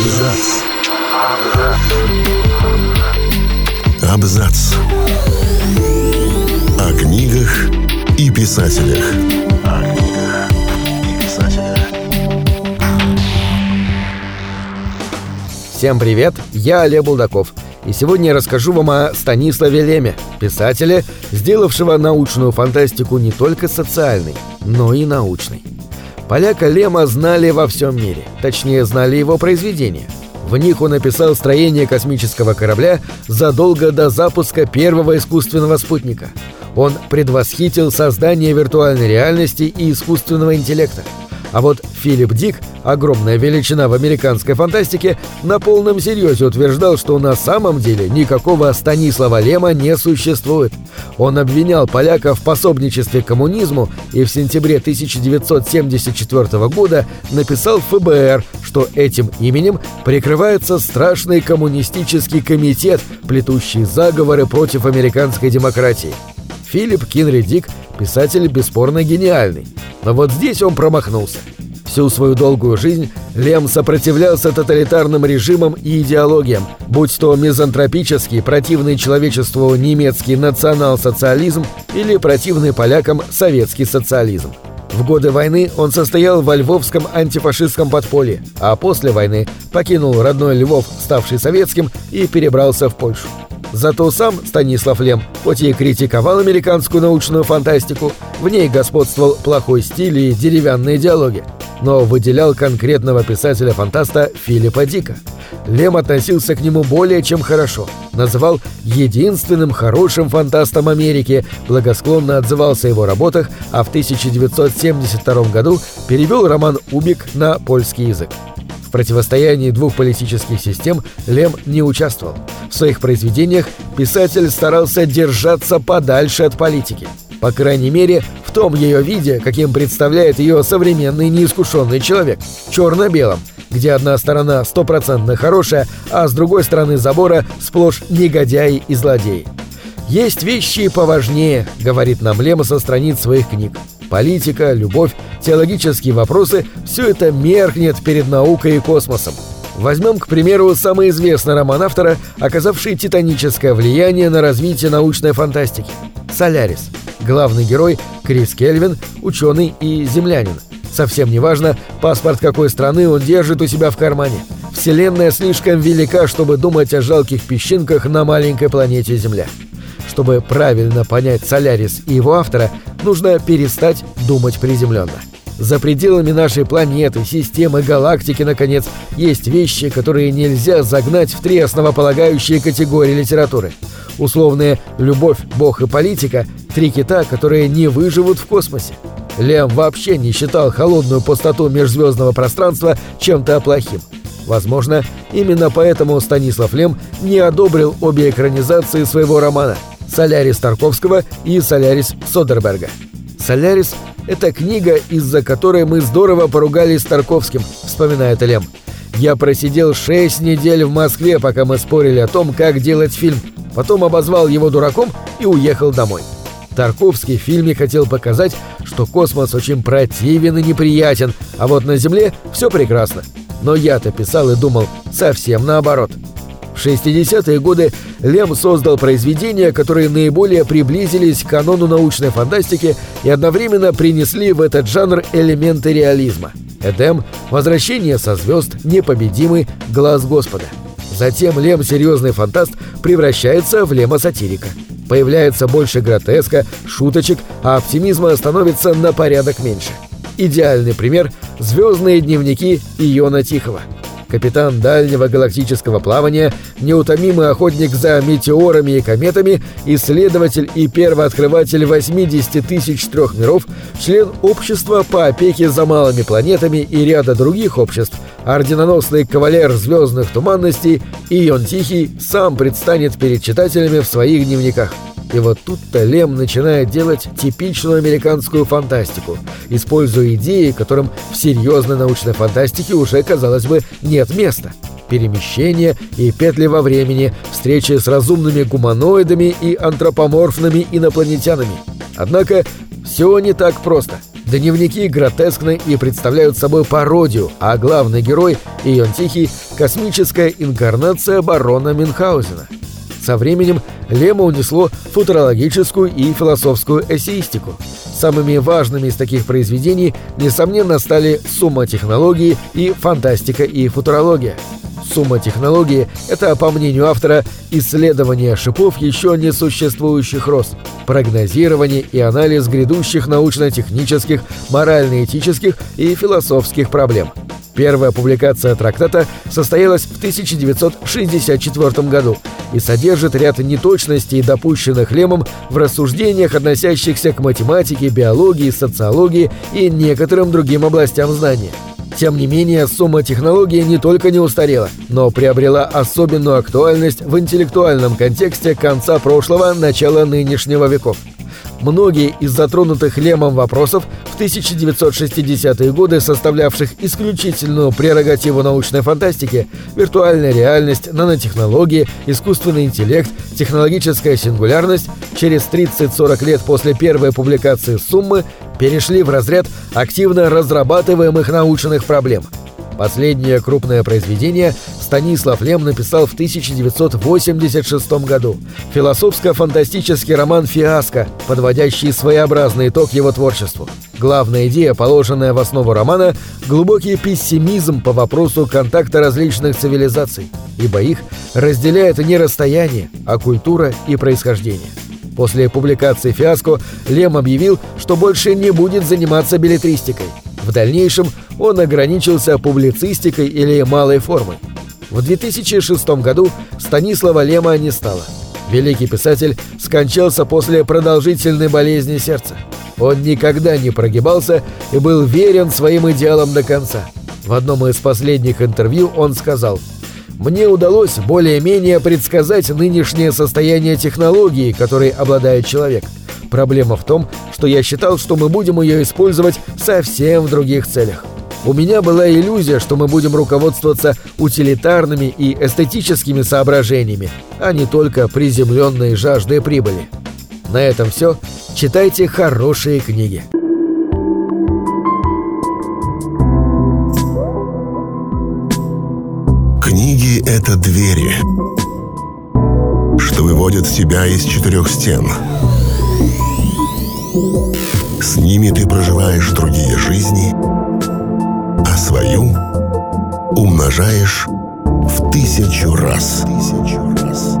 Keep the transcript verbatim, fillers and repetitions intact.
Абзац. Абзац. О книгах и писателях. О книгах и писателях. Всем привет, я Олег Булдаков. И сегодня я расскажу вам о Станиславе Леме, писателе, сделавшего научную фантастику не только социальной, но и научной. Поляка Лема знали во всем мире, точнее знали его произведения. В них он описал строение космического корабля задолго до запуска первого искусственного спутника. Он предвосхитил создание виртуальной реальности и искусственного интеллекта. А вот Филипп Дик, огромная величина в американской фантастике, на полном серьезе утверждал, что на самом деле никакого Станислава Лема не существует. Он обвинял поляков в пособничестве коммунизму и в сентябре тысяча девятьсот семьдесят четвёртого года написал эф бэ эр, что этим именем прикрывается страшный коммунистический комитет, плетущий заговоры против американской демократии. Филипп Кинри Дик – писатель бесспорно гениальный. Но вот здесь он промахнулся. Всю свою долгую жизнь Лем сопротивлялся тоталитарным режимам и идеологиям, будь то мизантропический, противный человечеству немецкий национал-социализм или противный полякам советский социализм. В годы войны он состоял во львовском антифашистском подполье, а после войны покинул родной Львов, ставший советским, и перебрался в Польшу. Зато сам Станислав Лем, хоть и критиковал американскую научную фантастику, в ней господствовал плохой стиль и деревянные диалоги, но выделял конкретного писателя-фантаста Филиппа Дика. Лем относился к нему более чем хорошо, называл единственным хорошим фантастом Америки, благосклонно отзывался о его работах, а в тысяча девятьсот семьдесят втором году перевел роман «Убик» на польский язык. В противостоянии двух политических систем Лем не участвовал. В своих произведениях писатель старался держаться подальше от политики. По крайней мере, в том ее виде, каким представляет ее современный неискушенный человек, черно-белом, где одна сторона стопроцентно хорошая, а с другой стороны забора сплошь негодяи и злодеи. «Есть вещи поважнее», — говорит нам Лем со страниц своих книг. Политика, любовь, теологические вопросы – все это меркнет перед наукой и космосом. Возьмем, к примеру, самый известный роман автора, оказавший титаническое влияние на развитие научной фантастики – «Солярис». Главный герой – Крис Кельвин, ученый и землянин. Совсем не важно, паспорт какой страны он держит у себя в кармане. Вселенная слишком велика, чтобы думать о жалких песчинках на маленькой планете Земля. Чтобы правильно понять «Солярис» и его автора, нужно перестать думать приземленно. За пределами нашей планеты, системы, галактики, наконец, есть вещи, которые нельзя загнать в три основополагающие категории литературы. Условные «любовь, бог и политика» — три кита, которые не выживут в космосе. Лем вообще не считал холодную пустоту межзвездного пространства чем-то плохим. Возможно, именно поэтому Станислав Лем не одобрил обе экранизации своего романа «Солярис» Тарковского и «Солярис» Содерберга. «Солярис» — это книга, из-за которой мы здорово поругались с Тарковским, вспоминает Лем. «Я просидел шесть недель в Москве, пока мы спорили о том, как делать фильм. Потом обозвал его дураком и уехал домой». Тарковский в фильме хотел показать, что космос очень противен и неприятен, а вот на Земле все прекрасно. Но я-то писал и думал совсем наоборот. В шестидесятые годы Лем создал произведения, которые наиболее приблизились к канону научной фантастики и одновременно принесли в этот жанр элементы реализма. «Эдем», «Возвращение со звезд», «Непобедимый», «Глаз Господа». Затем Лем, серьезный фантаст, превращается в Лема-сатирика. Появляется больше гротеска, шуточек, а оптимизма становится на порядок меньше. Идеальный пример – «Звездные дневники» Иона Тихого. Капитан дальнего галактического плавания, неутомимый охотник за метеорами и кометами, исследователь и первооткрыватель восьмидесяти тысяч трех миров, член общества по опеке за малыми планетами и ряда других обществ, орденоносный кавалер звездных туманностей, Ион Тихий сам предстанет перед читателями в своих дневниках. И вот тут-то Лем начинает делать типичную американскую фантастику, используя идеи, которым в серьезной научной фантастике уже, казалось бы, нет места. Перемещения и петли во времени, встречи с разумными гуманоидами и антропоморфными инопланетянами. Однако все не так просто. Дневники гротескны и представляют собой пародию, а главный герой, Ион Тихий, космическая инкарнация барона Мюнхгаузена. Со временем Лема унесло футурологическую и философскую эссеистику. Самыми важными из таких произведений, несомненно, стали «Сумма технологии» и «Фантастика и футурология». «Сумма технологии» — это, по мнению автора, исследование шипов еще не существующих роз, прогнозирование и анализ грядущих научно-технических, морально-этических и философских проблем. Первая публикация трактата состоялась в тысяча девятьсот шестьдесят четвёртом году и содержит ряд неточностей, допущенных Лемом в рассуждениях, относящихся к математике, биологии, социологии и некоторым другим областям знания. Тем не менее, «Сумма технологии» не только не устарела, но приобрела особенную актуальность в интеллектуальном контексте конца прошлого – начала нынешнего веков. Многие из затронутых Лемом вопросов в тысяча девятьсот шестидесятые годы, составлявших исключительную прерогативу научной фантастики – виртуальная реальность, нанотехнологии, искусственный интеллект, технологическая сингулярность – через тридцать-сорок лет после первой публикации «Суммы» перешли в разряд активно разрабатываемых научных проблем. Последнее крупное произведение Станислав Лем написал в тысяча девятьсот восемьдесят шестом году. Философско-фантастический роман «Фиаско», подводящий своеобразный итог его творчеству. Главная идея, положенная в основу романа – глубокий пессимизм по вопросу контакта различных цивилизаций, ибо их разделяет не расстояние, а культура и происхождение. После публикации «Фиаско» Лем объявил, что больше не будет заниматься беллетристикой. В дальнейшем он ограничился публицистикой или малой формой. В две тысячи шестом году Станислава Лема не стало. Великий писатель скончался после продолжительной болезни сердца. Он никогда не прогибался и был верен своим идеалам до конца. В одном из последних интервью он сказал: «Мне удалось более-менее предсказать нынешнее состояние технологии, которой обладает человек. Проблема в том, что я считал, что мы будем ее использовать совсем в других целях. У меня была иллюзия, что мы будем руководствоваться утилитарными и эстетическими соображениями, а не только приземленной жаждой прибыли». На этом все. Читайте хорошие книги. Книги — это двери, что выводят тебя из четырех стен. С ними ты проживаешь другие жизни, а свою умножаешь в тысячу раз. Тысячу раз.